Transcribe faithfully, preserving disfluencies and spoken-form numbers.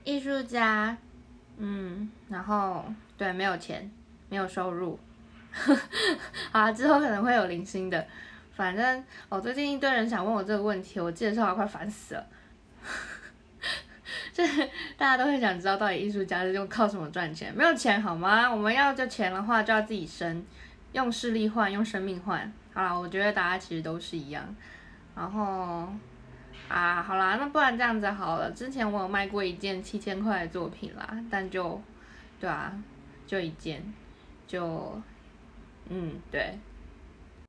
艺术家，嗯，然后对，没有钱，没有收入，好啊，之后可能会有零星的。反正我、哦、最近一堆人想问我这个问题，我介绍的快烦死了。就是大家都会想知道到底艺术家是用靠什么赚钱？没有钱好吗？我们要就钱的话就要自己生，用视力换，用生命换。好啦，我觉得大家其实都是一样。然后啊，好啦，那不然这样子好了。之前我有卖过一件七千块的作品啦，但就对啊，就一件，就嗯对，